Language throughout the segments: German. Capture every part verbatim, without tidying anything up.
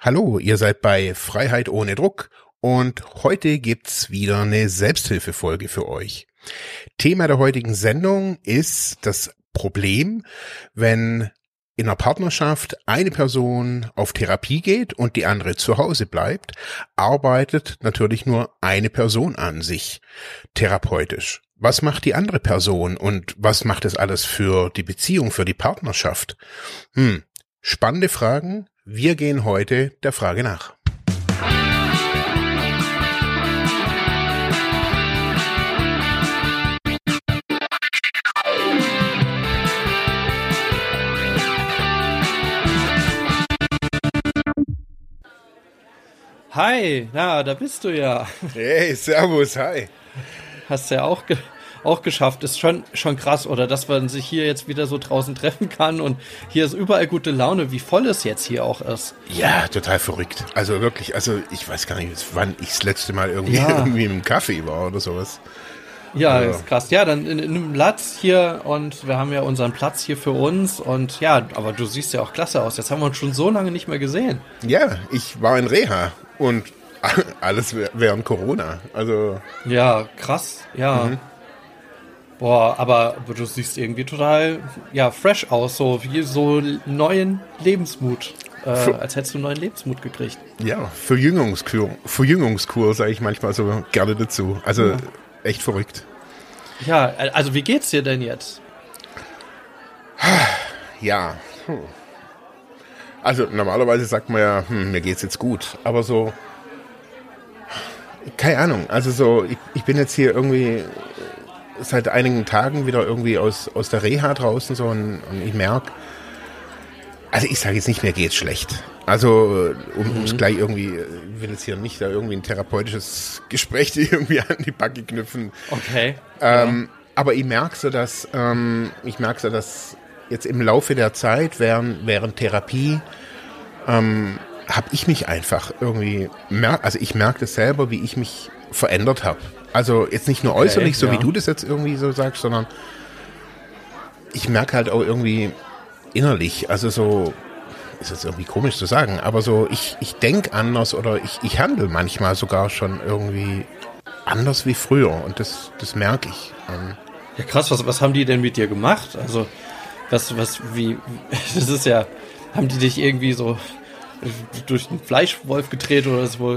Hallo, ihr seid bei Freiheit ohne Druck und heute gibt's wieder eine Selbsthilfefolge für euch. Thema der heutigen Sendung ist das Problem, wenn in einer Partnerschaft eine Person auf Therapie geht und die andere zu Hause bleibt, arbeitet natürlich nur eine Person an sich therapeutisch. Was macht die andere Person und was macht es alles für die Beziehung, für die Partnerschaft? Hm, spannende Fragen. Wir gehen heute der Frage nach. Hi, na, da bist du ja. Hey, servus, hi. Hast ja auch ge- auch geschafft. Ist schon schon krass, oder, dass man sich hier jetzt wieder so draußen treffen kann und hier ist überall gute Laune, wie voll es jetzt hier auch ist. Ja, total verrückt. Also wirklich, also ich weiß gar nicht, wann ich das letzte Mal irgendwie, Ja. irgendwie im Kaffee war oder sowas. Ja, Ja. ist krass. Ja, dann in, in einem Platz hier und wir haben ja unseren Platz hier für uns und ja, aber du siehst ja auch klasse aus. Jetzt haben wir uns schon so lange nicht mehr gesehen. Ja, ich war in Reha und alles während Corona. Also Ja, krass, ja. Mhm. Boah, aber du siehst irgendwie total, ja, fresh aus, so wie so neuen Lebensmut. Äh, Für- als hättest du neuen Lebensmut gekriegt. ja, Verjüngungskur, Verjüngungskur sage ich manchmal so gerne dazu. Also Ja. echt verrückt. Ja, also wie geht's dir denn jetzt? Ja. Hm. Also normalerweise sagt man ja, hm, mir geht's jetzt gut. Aber so, keine Ahnung. Also so, ich, ich bin jetzt hier irgendwie seit einigen Tagen wieder irgendwie aus, aus der Reha draußen so und, und ich merke, also ich sage jetzt nicht, mir geht's schlecht. Also um es gleich irgendwie, ich will jetzt hier nicht da irgendwie ein therapeutisches Gespräch irgendwie an die Backe knüpfen. Okay. Ähm, aber ich merke so, dass ähm, ich merke so, dass jetzt im Laufe der Zeit während, während Therapie ähm, habe ich mich einfach irgendwie, mer- also ich merke das selber, wie ich mich verändert habe. Also jetzt nicht nur Okay, äußerlich, so ja. wie du das jetzt irgendwie so sagst, sondern ich merke halt auch irgendwie innerlich, also so, ist jetzt irgendwie komisch zu sagen, aber so ich, ich denke anders oder ich, ich handle manchmal sogar schon irgendwie anders wie früher und das, das merke ich. Ähm, Ja, krass, was, was haben die denn mit dir gemacht? Also, was, was, wie, das ist ja, haben die dich irgendwie so durch den Fleischwolf gedreht oder so,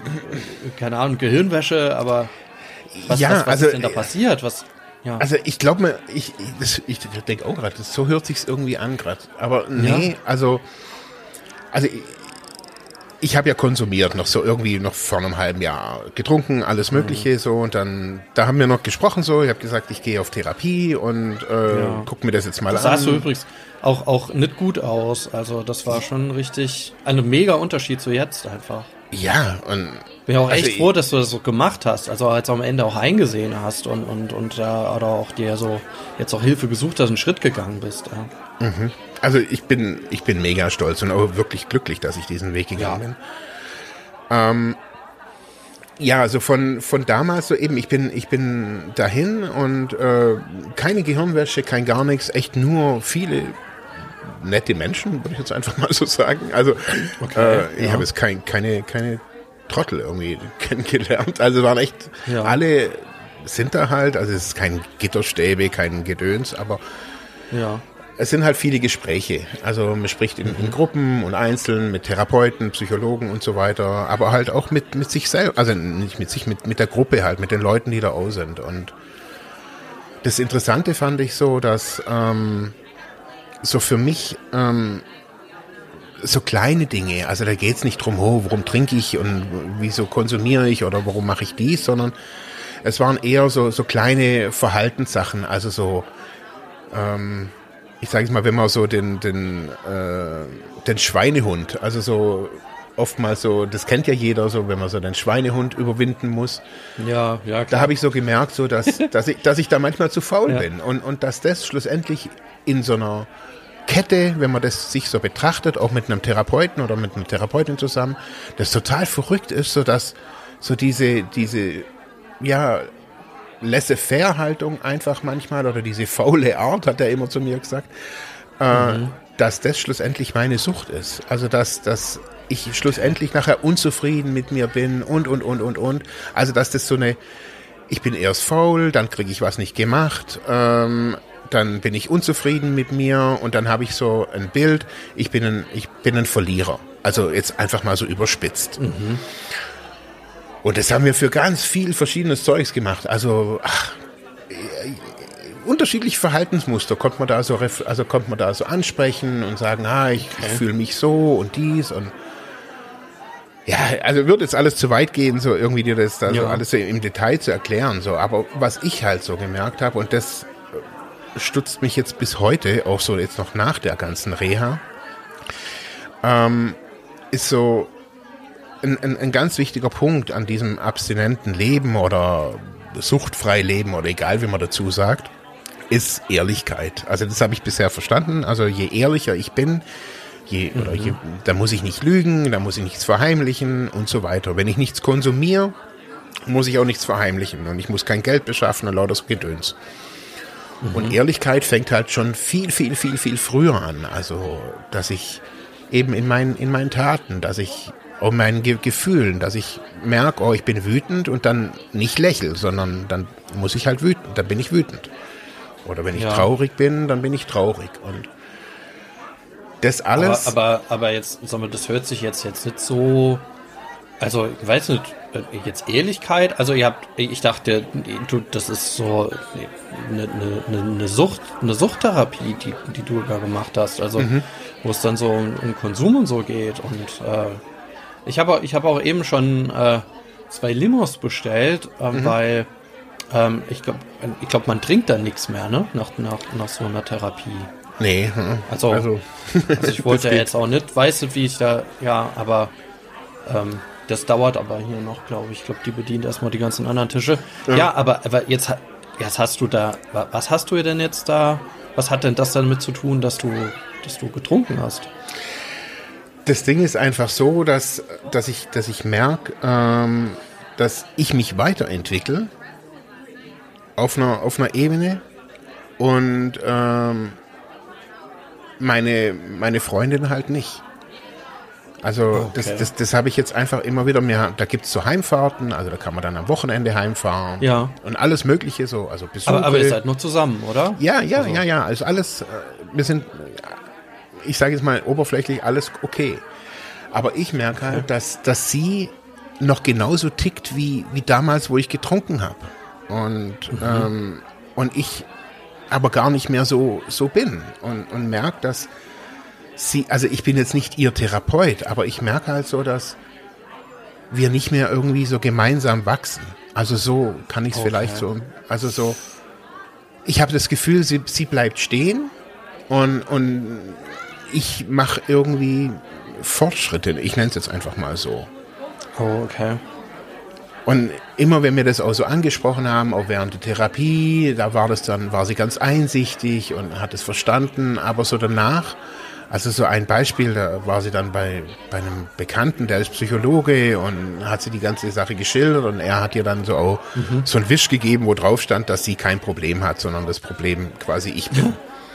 keine Ahnung, Gehirnwäsche, aber was, Ja, was, was also, ist denn da passiert? Was, ja. Also ich glaube mir, ich, ich, das- ich denke auch gerade, so hört sich's irgendwie an gerade. Aber nee, Ja. also, also ich, ich habe ja konsumiert, noch so irgendwie noch vor einem halben Jahr getrunken, alles Mögliche Mhm. so und dann, da haben wir noch gesprochen so, ich habe gesagt, ich gehe auf Therapie und äh, Ja. guck mir das jetzt mal Das an. sahst du übrigens auch, auch nicht gut aus. Also das war schon richtig ein mega Unterschied zu jetzt einfach. Ja, und Bin ja auch Also echt ich- froh, dass du das so gemacht hast. Also als am Ende auch eingesehen hast und, und, und da oder auch dir so jetzt auch Hilfe gesucht hast, einen Schritt gegangen bist. Ja. also ich bin, ich bin mega stolz und auch wirklich glücklich, dass ich diesen Weg gegangen Ja. bin. Ähm, ja, also von, von damals so eben, ich bin, ich bin dahin und äh, keine Gehirnwäsche, kein gar nichts, echt nur viele nette Menschen, würde ich jetzt einfach mal so sagen. Also Okay, äh, ich ja. habe jetzt kein, keine, keine Trottel irgendwie kennengelernt. Also waren echt Ja. alle sind da halt, also es ist kein Gitterstäbe, kein Gedöns, aber Ja. es sind halt viele Gespräche. Also man spricht in, in Gruppen und einzeln mit Therapeuten, Psychologen und so weiter, aber halt auch mit, mit sich selber, also nicht mit sich, mit, mit der Gruppe halt, mit den Leuten, die da auch sind. Und das Interessante fand ich so, dass ähm, so für mich ähm, so kleine Dinge, also da geht's nicht drum, oh, warum trinke ich und wieso konsumiere ich oder warum mache ich dies, sondern es waren eher so, so kleine Verhaltenssachen, also so ähm, ich sage es mal, wenn man so den, den, äh, den Schweinehund, also so oftmals so, das kennt ja jeder, so wenn man so den Schweinehund überwinden muss, Ja, ja, da klar. habe ich so gemerkt, so dass, dass, ich, dass ich da manchmal zu faul Ja. bin und, und dass das schlussendlich in so einer Kette, wenn man das sich so betrachtet, auch mit einem Therapeuten oder mit einer Therapeutin zusammen, das total verrückt ist, so dass so diese, diese, ja, Laissez-faire-Haltung einfach manchmal oder diese faule Art, hat er immer zu mir gesagt, äh, dass das schlussendlich meine Sucht ist. Also dass, dass ich schlussendlich nachher unzufrieden mit mir bin und, und, und, und, und. Also, dass das so eine, ich bin erst faul, dann kriege ich was nicht gemacht, ähm, dann bin ich unzufrieden mit mir und dann habe ich so ein Bild, ich bin ein, ich bin ein Verlierer. Also jetzt einfach mal so überspitzt. Mhm. Und das haben wir für ganz viel verschiedenes Zeugs gemacht. Also ach, unterschiedliche Verhaltensmuster konnte man da so, also konnte man da so ansprechen und sagen, ah, ich okay. fühle mich so und dies und ja, also wird jetzt alles zu weit gehen, so irgendwie dir das da ja. so alles so im Detail zu erklären. So, aber was ich halt so gemerkt habe und das stutzt mich jetzt bis heute, auch so jetzt noch nach der ganzen Reha, ähm, ist so ein, ein, ein ganz wichtiger Punkt an diesem abstinenten Leben oder suchtfrei Leben oder egal wie man dazu sagt, ist Ehrlichkeit. Also das habe ich bisher verstanden. Also je ehrlicher ich bin, je, mhm. oder je, da muss ich nicht lügen, da muss ich nichts verheimlichen und so weiter. Wenn ich nichts konsumiere, muss ich auch nichts verheimlichen und ich muss kein Geld beschaffen und lauter so Gedöns. Mhm. Und Ehrlichkeit fängt halt schon viel, viel, viel, viel früher an. Also, dass ich eben in meinen, in meinen Taten, dass ich auch meinen Ge- Gefühlen, dass ich merke, oh, ich bin wütend und dann nicht lächel, sondern dann muss ich halt wütend, dann bin ich wütend. Oder wenn ich ja. traurig bin, dann bin ich traurig. Und das alles. Aber, aber, aber jetzt, sag mal, das hört sich jetzt, jetzt nicht so, also, ich weiß nicht, jetzt Ehrlichkeit, also ihr habt, ich dachte, du, das ist so eine, eine, eine Sucht, eine Suchttherapie, die, die du da gemacht hast, also mhm. wo es dann so um, um Konsum und so geht und äh, ich habe ich habe auch eben schon äh, zwei Limos bestellt, äh, mhm. weil ähm, ich glaube, ich glaube, man trinkt da nichts mehr, ne, nach, nach, nach so einer Therapie. Nee. Also, also, also ich wollte ja jetzt auch nicht, weiß nicht, wie ich da, ja, aber ähm, das dauert aber hier noch, glaube ich. Ich glaube, die bedient erstmal die ganzen anderen Tische. Ja, ja aber, aber jetzt, jetzt hast du da, was hast du denn jetzt da, was hat denn das damit zu tun, dass du, dass du getrunken hast? Das Ding ist einfach so, dass, dass ich, dass ich merke, ähm, dass ich mich weiterentwickle auf einer, auf einer Ebene und ähm, meine, meine Freundin halt nicht. Also okay. das, das, das habe ich jetzt einfach immer wieder mehr, da gibt es so Heimfahrten, also da kann man dann am Wochenende heimfahren ja. und alles mögliche so, also Besuche. Aber, aber ihr seid noch zusammen, oder? Ja, ja, also. ja, ja, also alles, wir sind, ich sage jetzt mal oberflächlich, alles okay. Aber ich merke halt, okay. dass, dass sie noch genauso tickt wie, wie damals, wo ich getrunken habe. Und, mhm. ähm, und ich aber gar nicht mehr so, so bin und, und merke, dass sie, also ich bin jetzt nicht ihr Therapeut, aber ich merke halt so, dass wir nicht mehr irgendwie so gemeinsam wachsen. Also so kann ich es okay. vielleicht so, also so, ich habe das Gefühl, sie, sie bleibt stehen und, und ich mache irgendwie Fortschritte, ich nenne es jetzt einfach mal so. Oh, okay. Und immer wenn wir das auch so angesprochen haben, auch während der Therapie, da war das dann, war sie ganz einsichtig und hat es verstanden, aber so danach, also so ein Beispiel, da war sie dann bei, bei einem Bekannten, der ist Psychologe und hat sie die ganze Sache geschildert und er hat ihr dann so auch mhm. so einen Wisch gegeben, wo drauf stand, dass sie kein Problem hat, sondern das Problem quasi ich bin.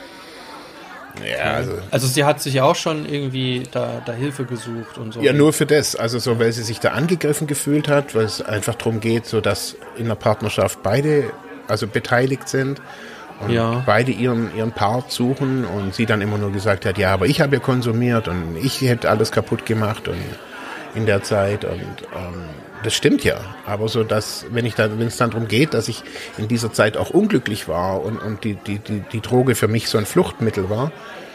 Ja, also, also sie hat sich ja auch schon irgendwie da, da Hilfe gesucht und so. Ja, nur für das. Also so, weil sie sich da angegriffen gefühlt hat, weil es einfach darum geht, so dass in der Partnerschaft beide also beteiligt sind und ja. beide ihren, ihren Part suchen und sie dann immer nur gesagt hat, ja, aber ich habe ja konsumiert und ich hätte alles kaputt gemacht und in der Zeit und ähm, das stimmt ja. Aber so, dass, wenn ich dann, wenn es dann darum geht, dass ich in dieser Zeit auch unglücklich war und, und die, die, die, die Droge für mich so ein Fluchtmittel war,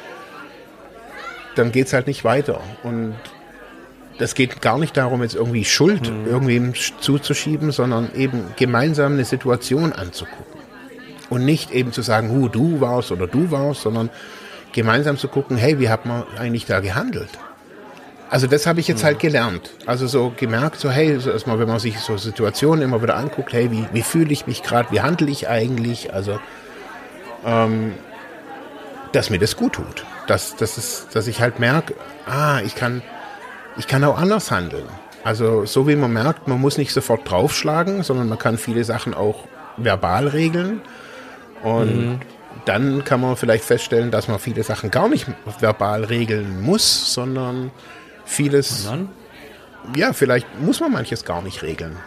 dann geht's halt nicht weiter. Und das geht gar nicht darum, jetzt irgendwie Schuld mhm. irgendwem zuzuschieben, sondern eben gemeinsam eine Situation anzugucken. Und nicht eben zu sagen, hu, du warst oder du warst, sondern gemeinsam zu gucken, hey, wie hat man eigentlich da gehandelt? Also das habe ich jetzt mhm. halt gelernt. Also so gemerkt, so hey, so erstmal, wenn man sich so Situationen immer wieder anguckt, hey, wie, wie fühle ich mich gerade, wie handle ich eigentlich? Also, ähm, dass mir das gut tut. Dass, dass, es, dass ich halt merke, ah, ich kann, ich kann auch anders handeln. Also so wie man merkt, man muss nicht sofort draufschlagen, sondern man kann viele Sachen auch verbal regeln. Und mhm. dann kann man vielleicht feststellen, dass man viele Sachen gar nicht verbal regeln muss, sondern vieles, ja, vielleicht muss man manches gar nicht regeln.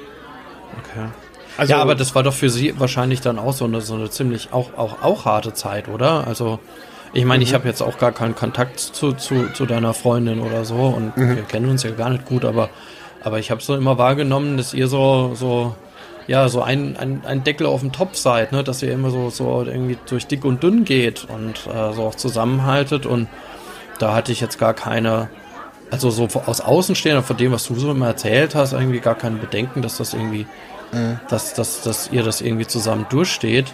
Okay. Also, ja, aber das war doch für Sie wahrscheinlich dann auch so eine, so eine ziemlich auch, auch, auch harte Zeit, oder? Also ich meine, mhm. ich habe jetzt auch gar keinen Kontakt zu, zu, zu deiner Freundin oder so und mhm. wir kennen uns ja gar nicht gut, aber, aber ich habe so immer wahrgenommen, dass ihr so, so ja, so ein, ein, ein Deckel auf dem Topf seid, ne? Dass ihr immer so, so irgendwie durch dick und dünn geht und äh, so auch zusammenhaltet und da hatte ich jetzt gar keine, also so aus Außenstehender von dem, was du so immer erzählt hast, irgendwie gar keine Bedenken, dass das irgendwie, mhm. dass, dass, dass ihr das irgendwie zusammen durchsteht.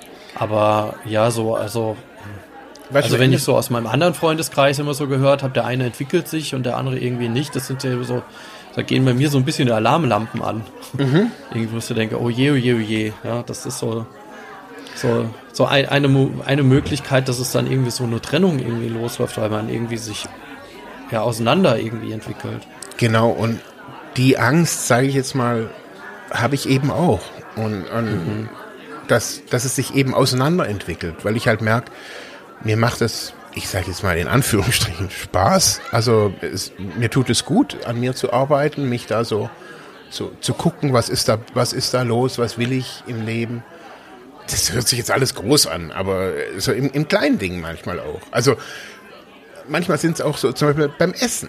Aber ja, so, also, weißt also wenn ich so aus meinem anderen Freundeskreis immer so gehört habe, der eine entwickelt sich und der andere irgendwie nicht, das sind ja so, da gehen bei mir so ein bisschen die Alarmlampen an. Mhm. Irgendwie musst du denken, oh je, oh je, oh je. Ja, das ist so, so, so ein, eine, eine Möglichkeit, dass es dann irgendwie so eine Trennung irgendwie losläuft, weil man irgendwie sich ja auseinander irgendwie entwickelt. Genau, und die Angst, sage ich jetzt mal, habe ich eben auch. Und, und mhm. dass, dass es sich eben auseinander entwickelt, weil ich halt merke, mir macht es, ich sage jetzt mal in Anführungsstrichen, Spaß. Also es, mir tut es gut, an mir zu arbeiten, mich da so, so zu gucken, was ist da, was ist da los, was will ich im Leben. Das hört sich jetzt alles groß an, aber so im, im kleinen Ding manchmal auch. Also manchmal sind es auch so, zum Beispiel beim Essen.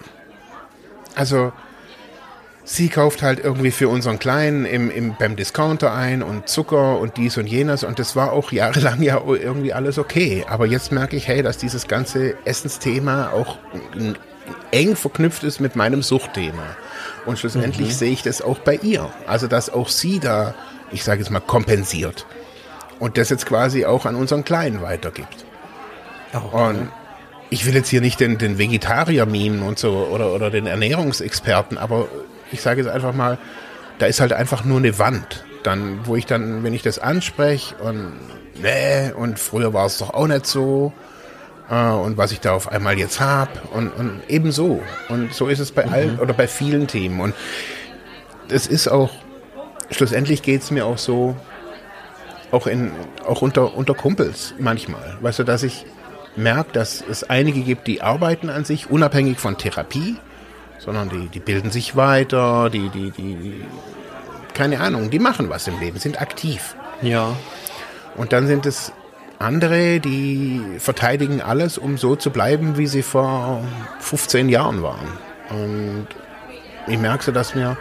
Also sie kauft halt irgendwie für unseren Kleinen im, im, beim Discounter ein und Zucker und dies und jenes und das war auch jahrelang ja irgendwie alles okay. Aber jetzt merke ich, hey, dass dieses ganze Essensthema auch eng verknüpft ist mit meinem Suchtthema. Und schlussendlich mhm. sehe ich das auch bei ihr. Also, dass auch sie da, ich sage jetzt mal, kompensiert. Und das jetzt quasi auch an unseren Kleinen weitergibt. Okay. Und ich will jetzt hier nicht den, den Vegetarier mimen und so oder, oder den Ernährungsexperten, aber ich sage jetzt einfach mal, da ist halt einfach nur eine Wand. Dann, wo ich dann, wenn ich das anspreche und nee, und früher war es doch auch nicht so äh, und was ich da auf einmal jetzt habe und, und eben so. Und so ist es bei mhm. allen oder bei vielen Themen. Und es ist auch, schlussendlich geht es mir auch so, auch in, auch unter, unter Kumpels manchmal. Weißt du, dass ich merke, dass es einige gibt, die arbeiten an sich, unabhängig von Therapie, sondern die, die bilden sich weiter, die, die, die, die, keine Ahnung, die machen was im Leben, sind aktiv. Ja. Und dann sind es andere, die verteidigen alles, um so zu bleiben, wie sie vor fünfzehn Jahren waren. Und ich merke so, dass mir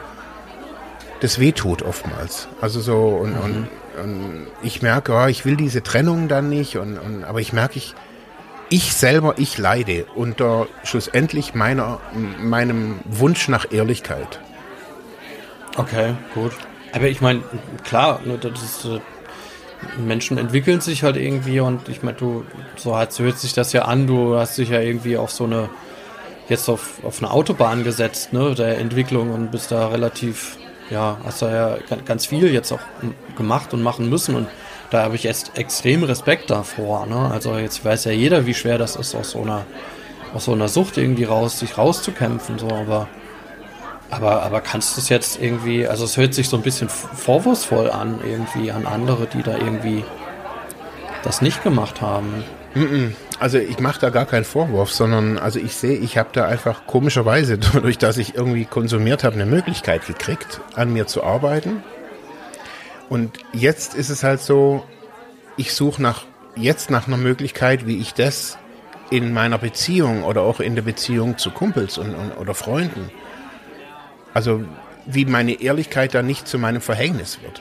das wehtut oftmals. Also so, und, mhm. und, und ich merke, oh, ich will diese Trennung dann nicht, und, und, aber ich merke, ich, Ich selber, ich leide unter schlussendlich meiner, meinem Wunsch nach Ehrlichkeit. Okay, gut. Aber ich meine, klar, das ist, Menschen entwickeln sich halt irgendwie und ich meine, du, so hört sich das ja an, du hast dich ja irgendwie auf so eine, jetzt auf, auf eine Autobahn gesetzt, ne, der Entwicklung und bist da relativ, ja, hast da ja ganz viel jetzt auch gemacht und machen müssen und da habe ich echt extrem Respekt davor, ne? Also jetzt weiß ja jeder, wie schwer das ist, aus so einer, aus so einer Sucht irgendwie raus, sich rauszukämpfen, so, aber, aber, aber kannst du es jetzt irgendwie, also es hört sich so ein bisschen vorwurfsvoll an, irgendwie an andere, die da irgendwie das nicht gemacht haben. Also ich mache da gar keinen Vorwurf, sondern also ich sehe, ich habe da einfach komischerweise, dadurch, dass ich irgendwie konsumiert habe, eine Möglichkeit gekriegt, an mir zu arbeiten. Und jetzt ist es halt so, ich suche nach, jetzt nach einer Möglichkeit, wie ich das in meiner Beziehung oder auch in der Beziehung zu Kumpels und, und, oder Freunden, also wie meine Ehrlichkeit da nicht zu meinem Verhängnis wird.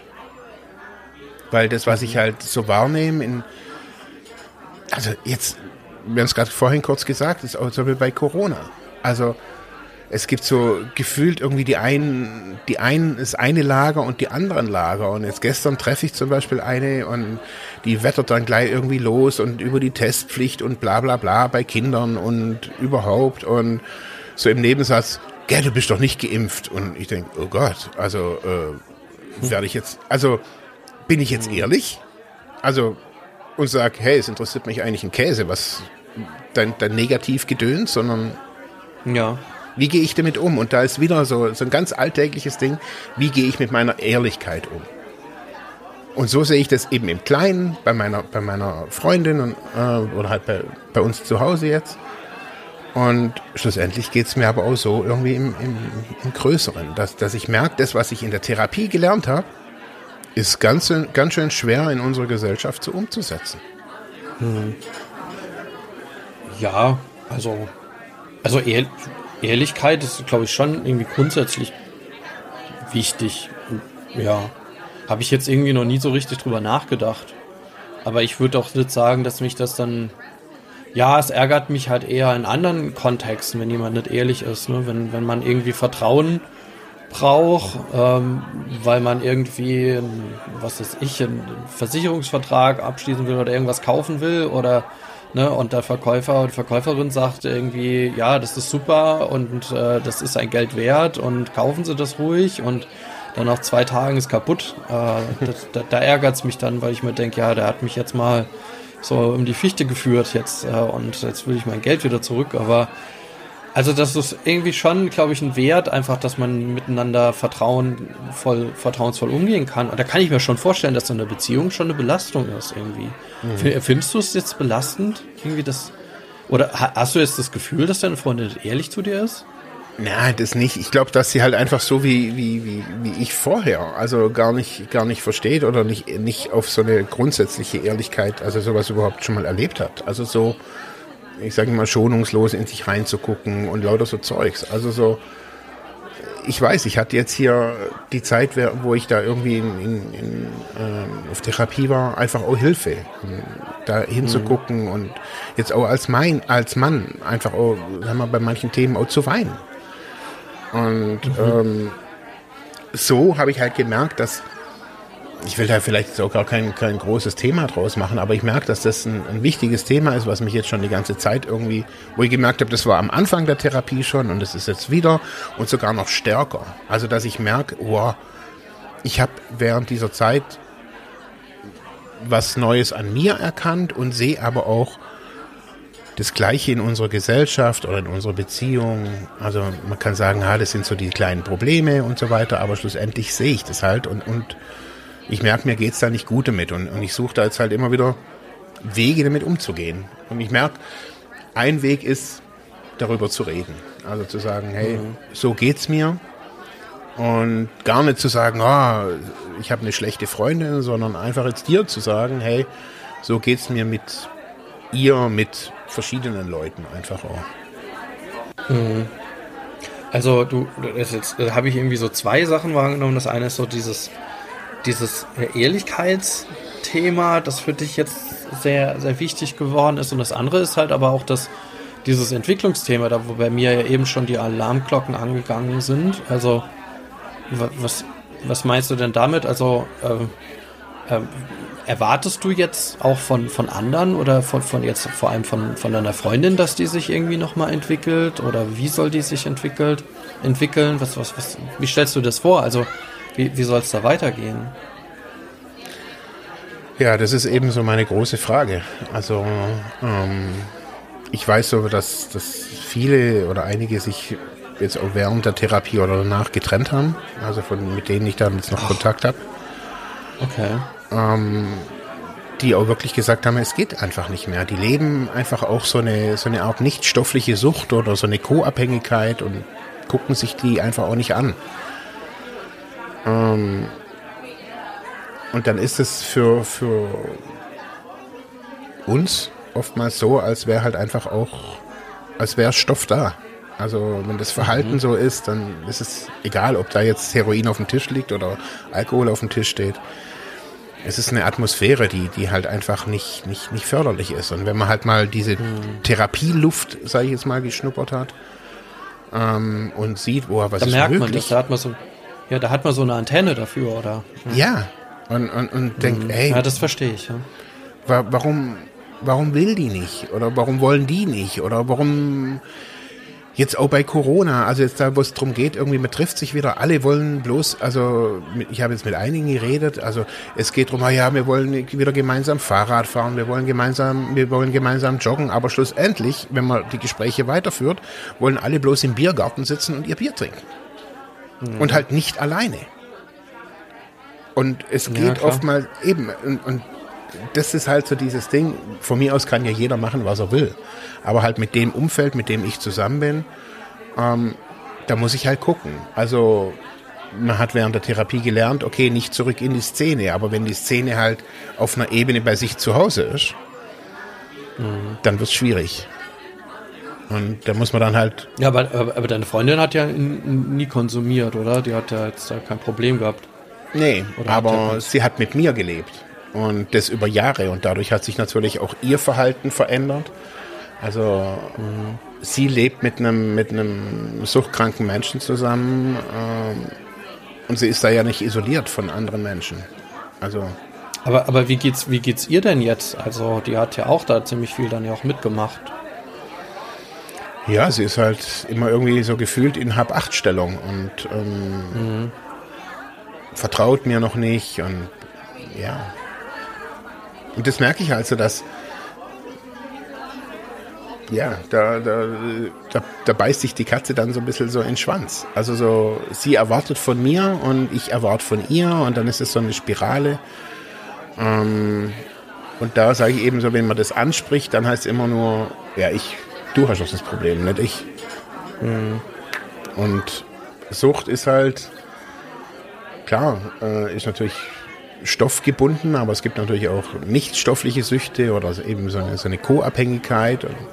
Weil das, was ich halt so wahrnehme, in, also jetzt, wir haben es gerade vorhin kurz gesagt, ist auch so wie bei Corona. Also es gibt so gefühlt irgendwie die einen, die einen ist eine Lager und die anderen Lager. Und jetzt gestern treffe ich zum Beispiel eine und die wettert dann gleich irgendwie los und über die Testpflicht und bla bla bla bei Kindern und überhaupt. Und so im Nebensatz, gell, du bist doch nicht geimpft. Und ich denke, oh Gott, also äh, werde ich jetzt, also bin ich jetzt ehrlich? Also und sage, hey, es interessiert mich eigentlich ein Käse, was dein, dein Negativgedöns, sondern ja. Wie gehe ich damit um? Und da ist wieder so, so ein ganz alltägliches Ding, wie gehe ich mit meiner Ehrlichkeit um? Und so sehe ich das eben im Kleinen, bei meiner, bei meiner Freundin und, äh, oder halt bei, bei uns zu Hause jetzt. Und schlussendlich geht's mir aber auch so irgendwie im, im, im Größeren, dass, dass ich merke, das, was ich in der Therapie gelernt habe, ist ganz, ganz schön schwer in unserer Gesellschaft so umzusetzen. Hm. Ja, also, also Ehr, Ehrlichkeit ist, glaube ich, schon irgendwie grundsätzlich wichtig. Ja, habe ich jetzt irgendwie noch nie so richtig drüber nachgedacht. Aber ich würde auch nicht sagen, dass mich das dann... Ja, es ärgert mich halt eher in anderen Kontexten, wenn jemand nicht ehrlich ist. Ne? Wenn, wenn man irgendwie Vertrauen braucht, ähm, weil man irgendwie, was weiß ich, einen Versicherungsvertrag abschließen will oder irgendwas kaufen will oder ne, und der Verkäufer und Verkäuferin sagt irgendwie, ja, das ist super und äh, das ist ein Geld wert und kaufen Sie das ruhig und dann nach zwei Tagen ist kaputt. Äh, das, da da ärgert es mich dann, weil ich mir denke, ja, der hat mich jetzt mal so um die Fichte geführt jetzt äh, und jetzt will ich mein Geld wieder zurück, aber also das ist irgendwie schon, glaube ich, ein Wert, einfach, dass man miteinander vertrauenvoll, vertrauensvoll umgehen kann. Und da kann ich mir schon vorstellen, dass so eine Beziehung schon eine Belastung ist irgendwie. Mhm. Findest du es jetzt belastend? Irgendwie das, oder hast du jetzt das Gefühl, dass deine Freundin ehrlich zu dir ist? Nein, das nicht. Ich glaube, dass sie halt einfach so wie, wie, wie, wie ich vorher, also gar nicht, gar nicht versteht oder nicht, nicht auf so eine grundsätzliche Ehrlichkeit, also sowas überhaupt schon mal erlebt hat. Also so, ich sage mal, schonungslos in sich reinzugucken und lauter so Zeugs. Also so, ich weiß, ich hatte jetzt hier die Zeit, wo ich da irgendwie in, in, in, äh, auf Therapie war, einfach auch Hilfe, da hinzugucken mhm. und jetzt auch als mein, als Mann einfach auch, sagen wir, bei manchen Themen auch zu weinen. Und mhm. ähm, so habe ich halt gemerkt, dass, ich will da vielleicht jetzt auch gar kein, kein großes Thema draus machen, aber ich merke, dass das ein, ein wichtiges Thema ist, was mich jetzt schon die ganze Zeit irgendwie, wo ich gemerkt habe, das war am Anfang der Therapie schon und das ist jetzt wieder und sogar noch stärker. Also, dass ich merke, wow, ich habe während dieser Zeit was Neues an mir erkannt und sehe aber auch das Gleiche in unserer Gesellschaft oder in unserer Beziehung. Also man kann sagen, ha, das sind so die kleinen Probleme und so weiter, aber schlussendlich sehe ich das halt und, und ich merke, mir geht's da nicht gut damit und, und ich suche da jetzt halt immer wieder Wege, damit umzugehen. Und ich merke, ein Weg ist, darüber zu reden. Also zu sagen, hey, mhm. so geht's mir. Und gar nicht zu sagen, oh, ich habe eine schlechte Freundin, sondern einfach jetzt dir zu sagen, hey, so geht's mir mit ihr, mit verschiedenen Leuten einfach auch. Mhm. Also du, das jetzt da habe ich irgendwie so zwei Sachen wahrgenommen. Das eine ist so dieses dieses Ehrlichkeitsthema, das für dich jetzt sehr, sehr wichtig geworden ist. Und das andere ist halt aber auch das, dieses Entwicklungsthema, da wo bei mir ja eben schon die Alarmglocken angegangen sind. Also, was, was meinst du denn damit? Also, äh, äh, erwartest du jetzt auch von, von anderen oder von, von jetzt vor allem von, von deiner Freundin, dass die sich irgendwie nochmal entwickelt? Oder wie soll die sich entwickelt, entwickeln? Was, was, was, wie stellst du das vor? Also, Wie, wie soll es da weitergehen? Ja, das ist eben so meine große Frage. Also ähm, ich weiß so, dass, dass viele oder einige sich jetzt auch während der Therapie oder danach getrennt haben. Also von mit denen ich dann jetzt noch Ach. Kontakt habe. Okay. Ähm, die auch wirklich gesagt haben, es geht einfach nicht mehr. Die leben einfach auch so eine, so eine Art nicht stoffliche Sucht oder so eine Co-Abhängigkeit und gucken sich die einfach auch nicht an. Ähm, und dann ist es für, für uns oftmals so, als wäre halt einfach auch, als wäre Stoff da. Also wenn das Verhalten mhm. so ist, dann ist es egal, ob da jetzt Heroin auf dem Tisch liegt oder Alkohol auf dem Tisch steht. Es ist eine Atmosphäre, die, die halt einfach nicht, nicht, nicht förderlich ist. Und wenn man halt mal diese mhm. Therapieluft, sage ich jetzt mal, geschnuppert hat ähm, und sieht, oh, was da ist merkt möglich. Man das, da hat man so Ja, da hat man so eine Antenne dafür, oder? Ja, und, und, und denkt, mhm. ey. Ja, das verstehe ich, ja. wa- warum, warum will die nicht? Oder warum wollen die nicht? Oder warum jetzt auch bei Corona, also jetzt da, wo es darum geht, irgendwie man trifft sich wieder, alle wollen bloß, also mit, ich habe jetzt mit einigen geredet, also es geht darum, ja, wir wollen wieder gemeinsam Fahrrad fahren, wir wollen gemeinsam, wir wollen gemeinsam joggen, aber schlussendlich, wenn man die Gespräche weiterführt, wollen alle bloß im Biergarten sitzen und ihr Bier trinken. Mhm. Und halt nicht alleine. Und es geht ja, oftmals eben, und, und das ist halt so dieses Ding, von mir aus kann ja jeder machen, was er will. Aber halt mit dem Umfeld, mit dem ich zusammen bin, ähm, da muss ich halt gucken. Also man hat während der Therapie gelernt, okay, nicht zurück in die Szene, aber wenn die Szene halt auf einer Ebene bei sich zu Hause ist, mhm. dann wird es schwierig. Und da muss man dann halt... Ja, aber, aber, aber deine Freundin hat ja nie konsumiert, oder? Die hat ja jetzt da kein Problem gehabt. Nee, oder aber hat sie hat mit mir gelebt. Und das über Jahre. Und dadurch hat sich natürlich auch ihr Verhalten verändert. Also mhm. sie lebt mit einem mit einem suchtkranken Menschen zusammen. Ähm, und sie ist da ja nicht isoliert von anderen Menschen. Also... Aber, aber wie geht's, wie geht's ihr denn jetzt? Also die hat ja auch da ziemlich viel dann ja auch mitgemacht. Ja, sie ist halt immer irgendwie so gefühlt in Hab-Acht-Stellung und ähm, mhm. vertraut mir noch nicht und ja. Und das merke ich also, dass ja, da, da, da, da beißt sich die Katze dann so ein bisschen so in den Schwanz. Also so, sie erwartet von mir und ich erwarte von ihr und dann ist es so eine Spirale. Ähm, und da sage ich eben so, wenn man das anspricht, dann heißt es immer nur, ja, ich du hast doch das Problem, nicht ich. Mhm. Und Sucht ist halt, klar, äh, ist natürlich stoffgebunden, aber es gibt natürlich auch nicht stoffliche Süchte oder eben so eine, so eine Co-Abhängigkeit. Und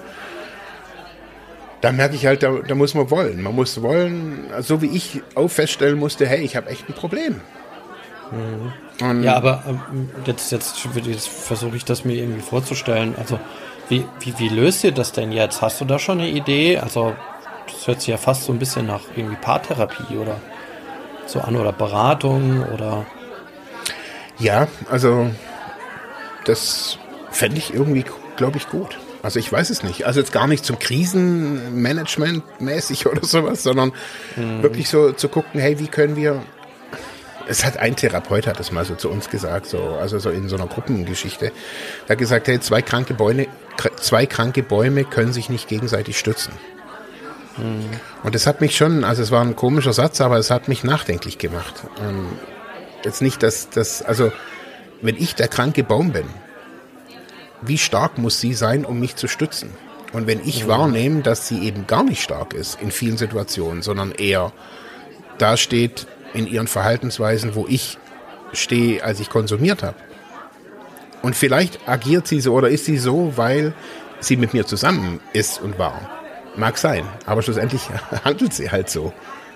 da merke ich halt, da, da muss man wollen. Man muss wollen, so wie ich auch feststellen musste, hey, ich habe echt ein Problem. Mhm. Ja, aber ähm, jetzt, jetzt, jetzt versuche ich das mir irgendwie vorzustellen. Also Wie, wie, wie löst ihr das denn jetzt? Hast du da schon eine Idee? Also das hört sich ja fast so ein bisschen nach irgendwie Paartherapie oder so an oder Beratung oder... Ja, also das fände ich irgendwie, glaube ich, gut. Also ich weiß es nicht. Also jetzt gar nicht zum Krisenmanagement mäßig oder sowas, sondern mhm. wirklich so zu gucken, hey, wie können wir... Es hat ein Therapeut hat das mal so zu uns gesagt, so, also so in so einer Gruppengeschichte. Er hat gesagt, hey, zwei kranke Bäume, zwei kranke Bäume können sich nicht gegenseitig stützen. Mhm. Und das hat mich schon, also es war ein komischer Satz, aber es hat mich nachdenklich gemacht. Ähm, jetzt nicht, dass das, also wenn ich der kranke Baum bin, wie stark muss sie sein, um mich zu stützen? Und wenn ich mhm. wahrnehme, dass sie eben gar nicht stark ist in vielen Situationen, sondern eher da steht in ihren Verhaltensweisen, wo ich stehe, als ich konsumiert habe. Und vielleicht agiert sie so oder ist sie so, weil sie mit mir zusammen ist und war. Mag sein, aber schlussendlich handelt sie halt so.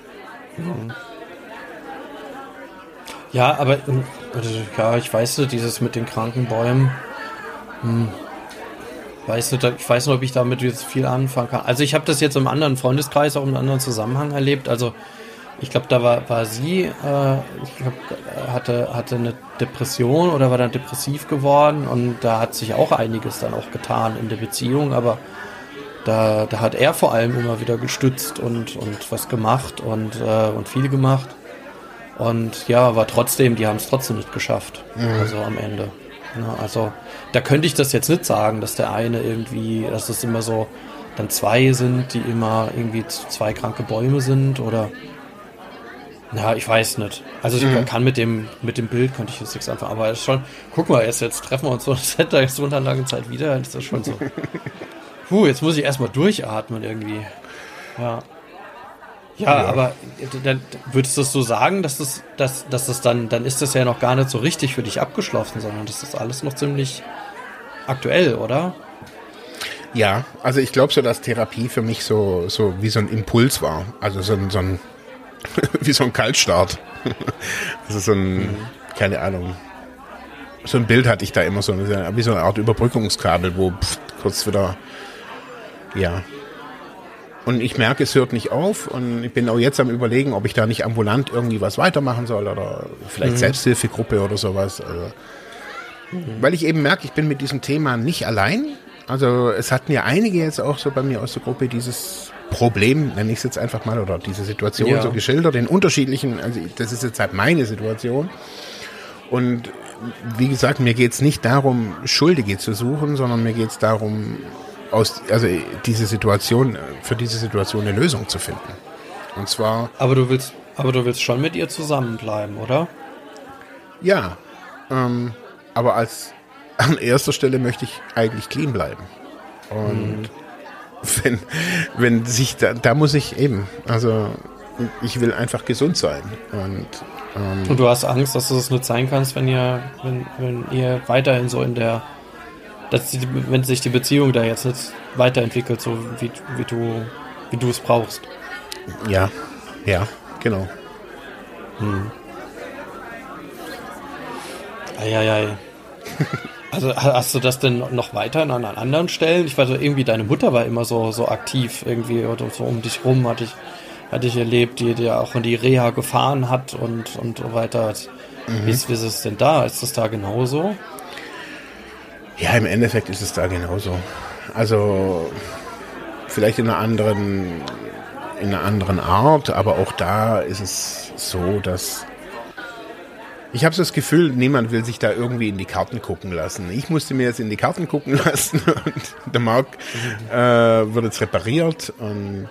Ja, aber ja, ich weiß nicht, dieses mit den kranken Bäumen, hm, weiß nicht, ich weiß nicht, ob ich damit jetzt viel anfangen kann. Also ich habe das jetzt im anderen Freundeskreis, auch im anderen Zusammenhang erlebt, also ich glaube, da war, war sie, äh, ich glaub, hatte, hatte eine Depression oder war dann depressiv geworden und da hat sich auch einiges dann auch getan in der Beziehung, aber da, da hat er vor allem immer wieder gestützt und, und was gemacht und, äh, und viel gemacht und ja, aber trotzdem, die haben es trotzdem nicht geschafft, mhm. also am Ende. Ja, also da könnte ich das jetzt nicht sagen, dass der eine irgendwie, dass es immer so dann zwei sind, die immer irgendwie zwei kranke Bäume sind oder ja, ich weiß nicht. Also ich mhm. kann mit dem mit dem Bild könnte ich jetzt nichts anfangen, aber es ist schon, guck mal, jetzt, jetzt treffen wir uns so seit so einer langen Zeit wieder, das ist schon so. Puh, jetzt muss ich erstmal durchatmen irgendwie. Ja. Ja, ja. Aber dann würdest du das so sagen, dass das, dass, dass das dann, dann ist das ja noch gar nicht so richtig für dich abgeschlossen, sondern das ist alles noch ziemlich aktuell, oder? Ja, also ich glaube so, dass Therapie für mich so, so wie so ein Impuls war. Also so ein, so ein wie so ein Kaltstart. Also so ein, mhm. keine Ahnung, so ein Bild hatte ich da immer so, wie so eine Art Überbrückungskabel, wo pff, kurz wieder, ja. Und ich merke, es hört nicht auf und ich bin auch jetzt am Überlegen, ob ich da nicht ambulant irgendwie was weitermachen soll oder vielleicht mhm. Selbsthilfegruppe oder sowas. Also, mhm. Weil ich eben merke, ich bin mit diesem Thema nicht allein. Also es hatten ja einige jetzt auch so bei mir aus der Gruppe dieses Problem, nenne ich es jetzt einfach mal, oder diese Situation ja. so geschildert, in unterschiedlichen, also das ist jetzt halt meine Situation. Und wie gesagt, mir geht es nicht darum, Schuldige zu suchen, sondern mir geht es darum, aus, also diese Situation, für diese Situation eine Lösung zu finden. Und zwar... Aber du willst, aber du willst schon mit ihr zusammenbleiben, oder? Ja, ähm, aber als an erster Stelle möchte ich eigentlich clean bleiben. Und mhm. wenn, wenn sich da, da muss ich eben, also ich will einfach gesund sein. Und, ähm, und du hast Angst, dass du das nicht sein kannst, wenn ihr, wenn, wenn ihr weiterhin so in der, dass die, wenn sich die Beziehung da jetzt nicht weiterentwickelt, so wie, wie du, wie du es brauchst. Ja, ja, genau. Hm. Eieiei. Also hast du das denn noch weiter an anderen Stellen? Ich weiß irgendwie, deine Mutter war immer so, so aktiv irgendwie oder so um dich rum, hatte ich, hatte ich erlebt, die, die auch in die Reha gefahren hat und, und so weiter. Mhm. Wie, ist, wie ist es denn da? Ist das da genauso? Ja, im Endeffekt ist es da genauso. Also vielleicht in einer anderen, in einer anderen Art, aber auch da ist es so, dass ich habe so das Gefühl, niemand will sich da irgendwie in die Karten gucken lassen. Ich musste mir jetzt in die Karten gucken lassen und der Marc äh, wird jetzt repariert und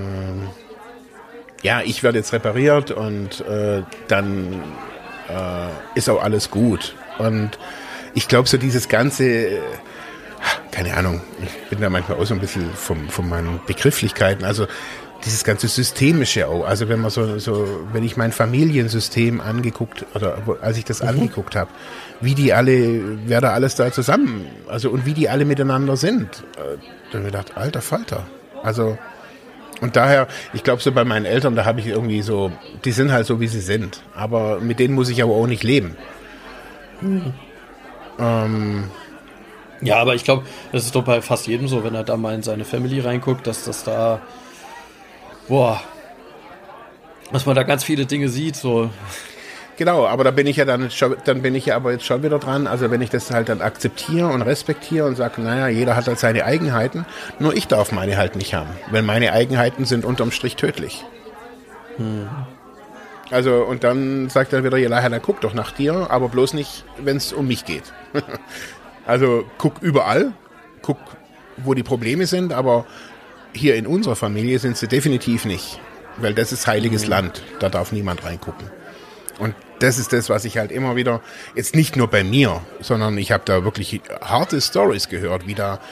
äh, ja, ich werde jetzt repariert und äh, dann äh, ist auch alles gut. Und ich glaube, so dieses ganze, keine Ahnung, ich bin da manchmal auch so ein bisschen vom, von meinen Begrifflichkeiten, also dieses ganze Systemische auch, also wenn man so, so, wenn ich mein Familiensystem angeguckt, oder als ich das mhm. angeguckt habe, wie die alle, wer da alles da zusammen, also und wie die alle miteinander sind, da habe ich gedacht, alter Falter, also und daher, ich glaube so bei meinen Eltern, da habe ich irgendwie so, die sind halt so, wie sie sind, aber mit denen muss ich aber auch nicht leben. Mhm. Ähm, ja, aber ich glaube, das ist doch bei fast jedem so, wenn er da mal in seine Family reinguckt, dass das da boah, dass man da ganz viele Dinge sieht, so. Genau, aber da bin ich ja dann schon, dann bin ich ja aber jetzt schon wieder dran, also wenn ich das halt dann akzeptiere und respektiere und sage, naja, jeder hat halt seine Eigenheiten, nur ich darf meine halt nicht haben, weil meine Eigenheiten sind unterm Strich tödlich. Hm. Also, und dann sagt er wieder, ja, dann guck doch nach dir, aber bloß nicht, wenn es um mich geht. Also, guck überall, guck, wo die Probleme sind, aber hier in unserer Familie sind sie definitiv nicht, weil das ist heiliges mhm. Land, da darf niemand reingucken. Und das ist das, was ich halt immer wieder, jetzt nicht nur bei mir, sondern ich habe da wirklich harte Stories gehört, wie da,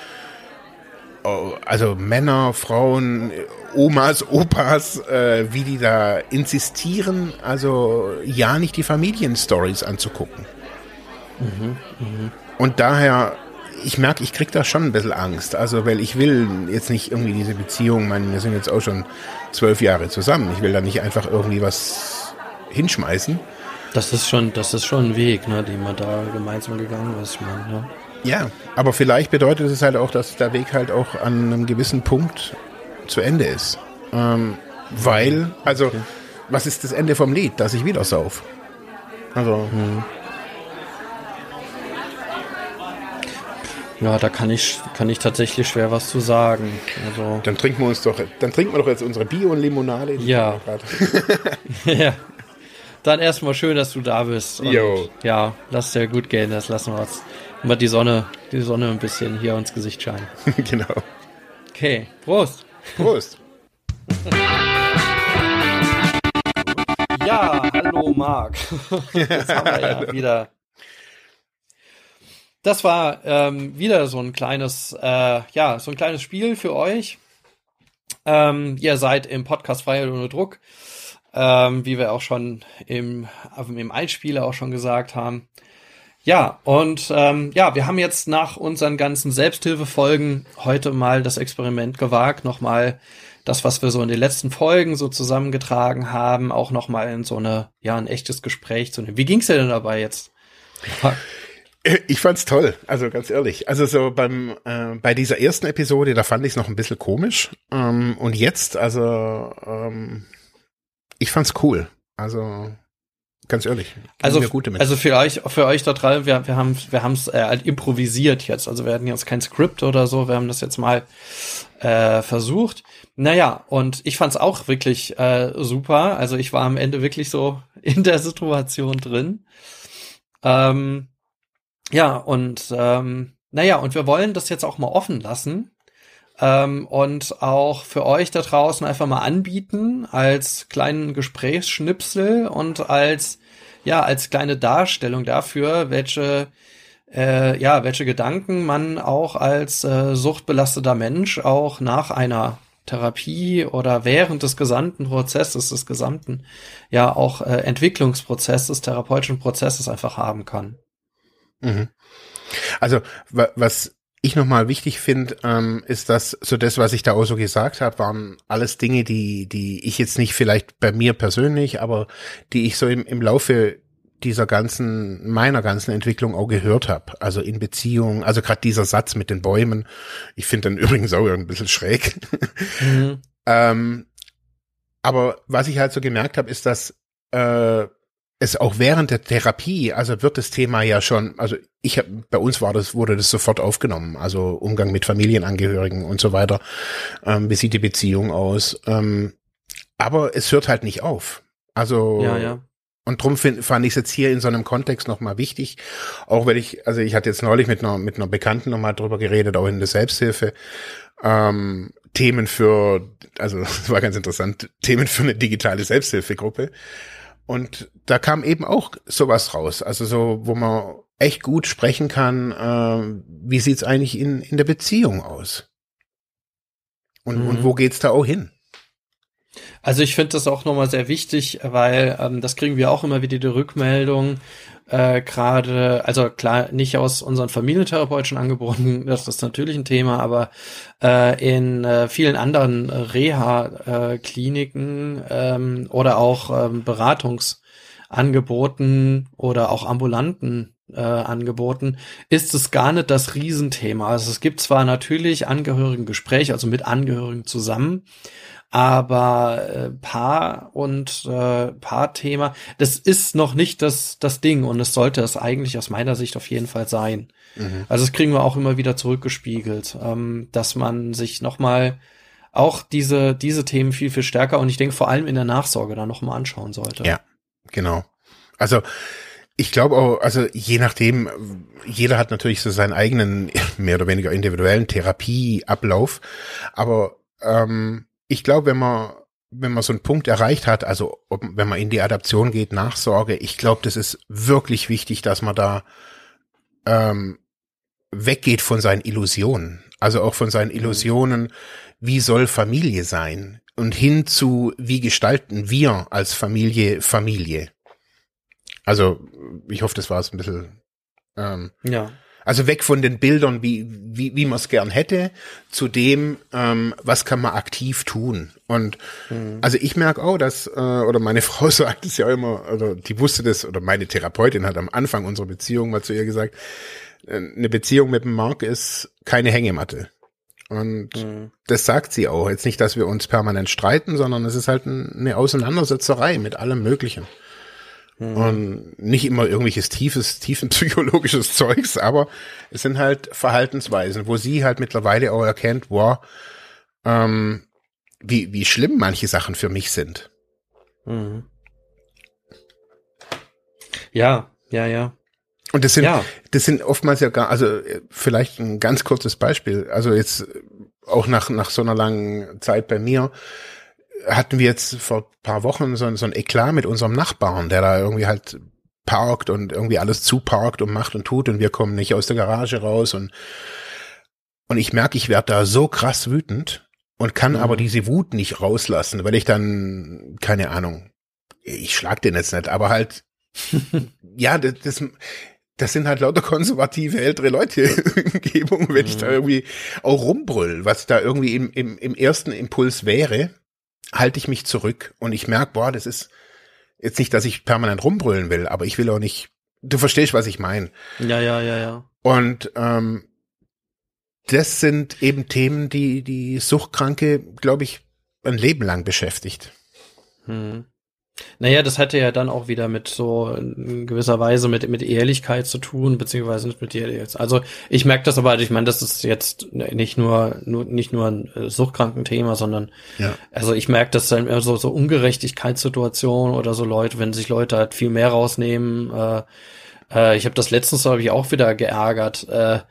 also Männer, Frauen, Omas, Opas, äh, wie die da insistieren, also ja nicht die Familienstories anzugucken. Mhm. Mhm. Und daher, ich merke, ich krieg da schon ein bisschen Angst. Also, weil ich will jetzt nicht irgendwie diese Beziehung, meine, wir sind jetzt auch schon zwölf Jahre zusammen. Ich will da nicht einfach irgendwie was hinschmeißen. Das ist schon, das ist schon ein Weg, ne, den man da gemeinsam gegangen ist, ich meine, ne? Ja, aber vielleicht bedeutet es halt auch, dass der Weg halt auch an einem gewissen Punkt zu Ende ist. Ähm, weil, also, okay. Was ist das Ende vom Lied? Dass ich wieder sauf. Also, hm. Ja, da kann ich, kann ich tatsächlich schwer was zu sagen. Also dann trinken wir uns doch, dann trinken wir doch jetzt unsere Bio-Limonade. Ja. Ja. Dann erstmal schön, dass du da bist. Und jo. Ja, lass dir gut gehen. Das lassen wir uns mal die Sonne, die Sonne ein bisschen hier ins Gesicht scheinen. Genau. Okay, Prost. Prost. Ja, hallo Marc. Das haben wir ja wieder. Das war ähm, wieder so ein kleines, äh, ja, so ein kleines Spiel für euch. Ähm, ihr seid im Podcast Freiheit ohne Druck, ähm, wie wir auch schon im, im Einspieler auch schon gesagt haben. Ja, und ähm, ja, wir haben jetzt nach unseren ganzen Selbsthilfefolgen heute mal das Experiment gewagt, nochmal das, was wir so in den letzten Folgen so zusammengetragen haben, auch nochmal in so eine, ja, ein echtes Gespräch zu nehmen. Wie ging's dir denn dabei jetzt? Ich fand's toll, also ganz ehrlich. Also so beim äh, bei dieser ersten Episode, da fand ich es noch ein bisschen komisch. Ähm, und jetzt, also ähm, ich fand's cool. Also ganz ehrlich. Also also für euch für euch da draußen, wir wir haben wir haben's äh, halt improvisiert jetzt. Also wir hatten jetzt kein Skript oder so. Wir haben das jetzt mal äh, versucht. Naja, und ich fand's auch wirklich äh, super. Also ich war am Ende wirklich so in der Situation drin. Ähm, Ja, und ähm, naja, und wir wollen das jetzt auch mal offen lassen ähm, und auch für euch da draußen einfach mal anbieten als kleinen Gesprächsschnipsel und als ja als kleine Darstellung dafür, welche äh, ja, welche Gedanken man auch als äh, suchtbelasteter Mensch auch nach einer Therapie oder während des gesamten Prozesses, des gesamten, ja auch äh, Entwicklungsprozesses, therapeutischen Prozesses einfach haben kann. Mhm. Also wa- was ich nochmal wichtig finde, ähm, ist, dass so das, was ich da auch so gesagt habe, waren alles Dinge, die die ich jetzt nicht vielleicht bei mir persönlich, aber die ich so im, im Laufe dieser ganzen, meiner ganzen Entwicklung auch gehört habe. Also in Beziehungen, also gerade dieser Satz mit den Bäumen, ich finde den übrigens auch ein bisschen schräg. Mhm. ähm, aber was ich halt so gemerkt habe, ist, dass äh, es auch während der Therapie, also wird das Thema ja schon, also ich hab, bei uns war das, wurde das sofort aufgenommen, also Umgang mit Familienangehörigen und so weiter. Ähm, wie sieht die Beziehung aus? Ähm, aber es hört halt nicht auf. Also ja, ja. Und drum find, fand ich es jetzt hier in so einem Kontext nochmal wichtig, auch wenn ich, also ich hatte jetzt neulich mit einer mit einer Bekannten nochmal drüber geredet, auch in der Selbsthilfe, ähm, Themen für, also es war ganz interessant, Themen für eine digitale Selbsthilfegruppe. Und da kam eben auch sowas raus, also so, wo man echt gut sprechen kann, äh, wie sieht's eigentlich in in der Beziehung aus? Und, mhm. und wo geht's da auch hin? Also ich finde das auch nochmal sehr wichtig, weil ähm, das kriegen wir auch immer wieder die Rückmeldung, äh, gerade, also klar, nicht aus unseren familientherapeutischen Angeboten, das ist natürlich ein Thema, aber äh, in äh, vielen anderen Reha-Kliniken ähm, oder auch ähm, Beratungsangeboten oder auch ambulanten äh, Angeboten ist es gar nicht das Riesenthema. Also es gibt zwar natürlich Angehörigengespräche, also mit Angehörigen zusammen, aber äh, Paar und äh, Paarthema, das ist noch nicht das das Ding und es sollte es eigentlich aus meiner Sicht auf jeden Fall sein. Mhm. Also das kriegen wir auch immer wieder zurückgespiegelt, ähm, dass man sich nochmal auch diese diese Themen viel, viel stärker und ich denke vor allem in der Nachsorge dann nochmal anschauen sollte. Ja, genau. Also ich glaube auch, also je nachdem, jeder hat natürlich so seinen eigenen, mehr oder weniger individuellen Therapieablauf, aber ähm, ich glaube, wenn man, wenn man so einen Punkt erreicht hat, also ob, wenn man in die Adaption geht, Nachsorge, ich glaube, das ist wirklich wichtig, dass man da ähm, weggeht von seinen Illusionen. Also auch von seinen Illusionen, wie soll Familie sein? Und hin zu, wie gestalten wir als Familie Familie? Also ich hoffe, das war es ein bisschen. Ähm, ja. Also weg von den Bildern, wie wie wie man es gern hätte, zu dem, ähm, was kann man aktiv tun. Und mhm. also ich merke auch, dass, äh, oder meine Frau sagt es ja immer, oder die wusste das, oder meine Therapeutin hat am Anfang unserer Beziehung mal zu ihr gesagt, eine Beziehung mit dem Marc ist keine Hängematte. Und mhm. das sagt sie auch. Jetzt nicht, dass wir uns permanent streiten, sondern es ist halt eine Auseinandersetzerei mit allem Möglichen. Mhm. Und nicht immer irgendwelches tiefes, tiefenpsychologisches Zeugs, aber es sind halt Verhaltensweisen, wo sie halt mittlerweile auch erkennt, wow, ähm, wie, wie schlimm manche Sachen für mich sind. Mhm. Ja, ja, ja. Und das sind, ja. das sind oftmals ja gar, also vielleicht ein ganz kurzes Beispiel, also jetzt auch nach, nach so einer langen Zeit bei mir, hatten wir jetzt vor ein paar Wochen so, so ein Eklat mit unserem Nachbarn, der da irgendwie halt parkt und irgendwie alles zuparkt und macht und tut und wir kommen nicht aus der Garage raus und und ich merke, ich werde da so krass wütend und kann mhm. aber diese Wut nicht rauslassen, weil ich dann, keine Ahnung, ich schlag den jetzt nicht, aber halt, ja, das, das, das sind halt lauter konservative ältere Leute in Umgebung, wenn mhm. ich da irgendwie auch rumbrüll, was da irgendwie im, im, im ersten Impuls wäre, halte ich mich zurück und ich merke, boah, das ist jetzt nicht, dass ich permanent rumbrüllen will, aber ich will auch nicht, du verstehst, was ich meine. Ja, ja, ja, ja. Und ähm, das sind eben Themen, die die Suchtkranke, glaube ich, ein Leben lang beschäftigt. Hm. Naja, das hatte ja dann auch wieder mit so in gewisser Weise mit mit Ehrlichkeit zu tun, beziehungsweise nicht mit Ehrlichkeit. Also ich merke das aber, ich meine, das ist jetzt nicht nur, nur nicht nur ein Suchtkrankenthema, sondern ja. also ich merke das dann immer so so Ungerechtigkeitssituationen oder so Leute, wenn sich Leute halt viel mehr rausnehmen. Äh, äh, ich habe das letztens, habe ich auch wieder geärgert. Äh,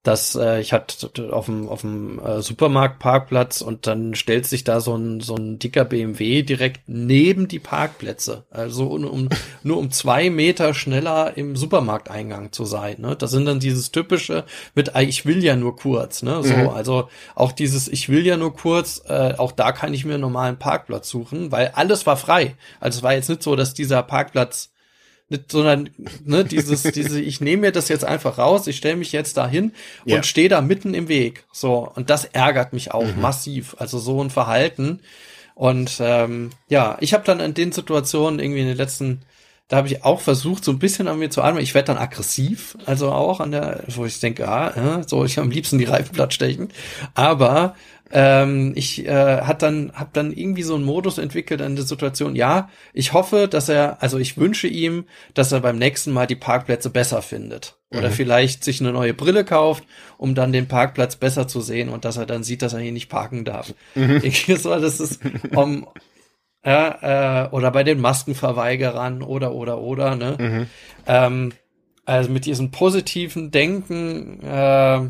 dass äh, ich hatte auf dem auf dem äh, Supermarktparkplatz und dann stellt sich da so ein so ein dicker B M W direkt neben die Parkplätze, also um, um nur um zwei Meter schneller im Supermarkteingang zu sein. Ne? Das sind dann dieses typische mit äh, ich will ja nur kurz. Ne? So, mhm. Also auch dieses ich will ja nur kurz. Äh, auch da kann ich mir einen normalen Parkplatz suchen, weil alles war frei. Also es war jetzt nicht so, dass dieser Parkplatz Nicht, sondern ne, dieses, diese, ich nehme mir das jetzt einfach raus, ich stelle mich jetzt dahin ja. und stehe da mitten im Weg. So, und das ärgert mich auch mhm. massiv. Also so ein Verhalten. Und ähm, ja, ich habe dann in den Situationen irgendwie in den letzten, da habe ich auch versucht, so ein bisschen an mir zu atmen. Ich werde dann aggressiv, also auch an der, wo ich denke, ah, äh, so, ich am liebsten die Reifen platt stechen. Aber ähm, ich äh, hat dann hab dann irgendwie so einen Modus entwickelt in der Situation. Ja, ich hoffe, dass er, also ich wünsche ihm, dass er beim nächsten Mal die Parkplätze besser findet. Oder mhm. vielleicht sich eine neue Brille kauft, um dann den Parkplatz besser zu sehen und dass er dann sieht, dass er hier nicht parken darf. Mhm. Ich, so, das ist um, ja, äh, oder bei den Maskenverweigerern oder oder oder ne. Mhm. Ähm, also mit diesem positiven Denken. Äh,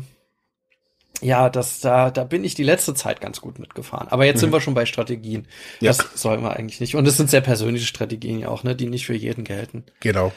Ja, das, da, da bin ich die letzte Zeit ganz gut mitgefahren. Aber jetzt mhm. sind wir schon bei Strategien. Ja. Das sollen wir eigentlich nicht. Und es sind sehr persönliche Strategien ja auch, ne, die nicht für jeden gelten. Genau.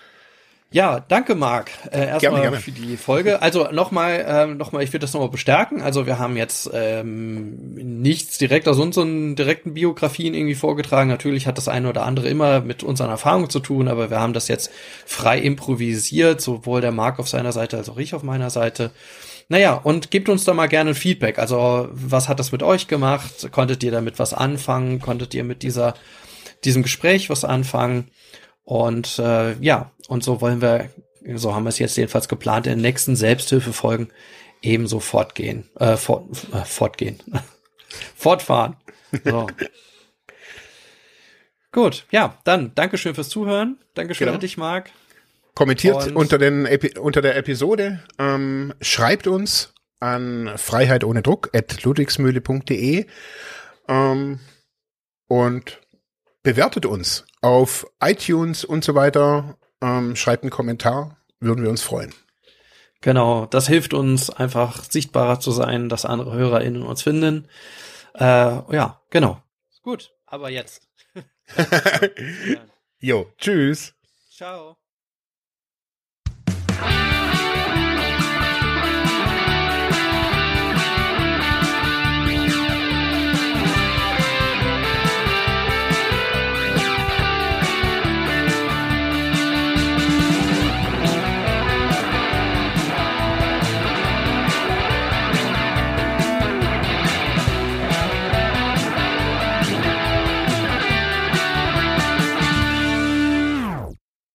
Ja, danke, Marc. Äh, erstmal für die Folge. Also nochmal, ähm, nochmal, ich will das nochmal bestärken. Also wir haben jetzt ähm, nichts direkt aus unseren direkten Biografien irgendwie vorgetragen. Natürlich hat das eine oder andere immer mit unseren Erfahrungen zu tun, aber wir haben das jetzt frei improvisiert, sowohl der Marc auf seiner Seite als auch ich auf meiner Seite. Naja, und gebt uns da mal gerne ein Feedback. Also, was hat das mit euch gemacht? Konntet ihr damit was anfangen? Konntet ihr mit dieser, diesem Gespräch was anfangen? Und äh, ja, und so wollen wir, so haben wir es jetzt jedenfalls geplant, in den nächsten Selbsthilfefolgen ebenso fortgehen. Äh, fort, äh, fortgehen. Fortfahren. So. Gut, ja, dann Dankeschön fürs Zuhören. Dankeschön genau. an dich, Marc. Kommentiert unter, den Epi- unter der Episode, ähm, schreibt uns an freiheit ohne Druck at ludwigsmühle punkt de ähm, und bewertet uns auf iTunes und so weiter. Ähm, schreibt einen Kommentar, würden wir uns freuen. Genau, das hilft uns einfach sichtbarer zu sein, dass andere HörerInnen uns finden. Äh, ja, genau. Gut, aber jetzt. Jo, tschüss. Ciao.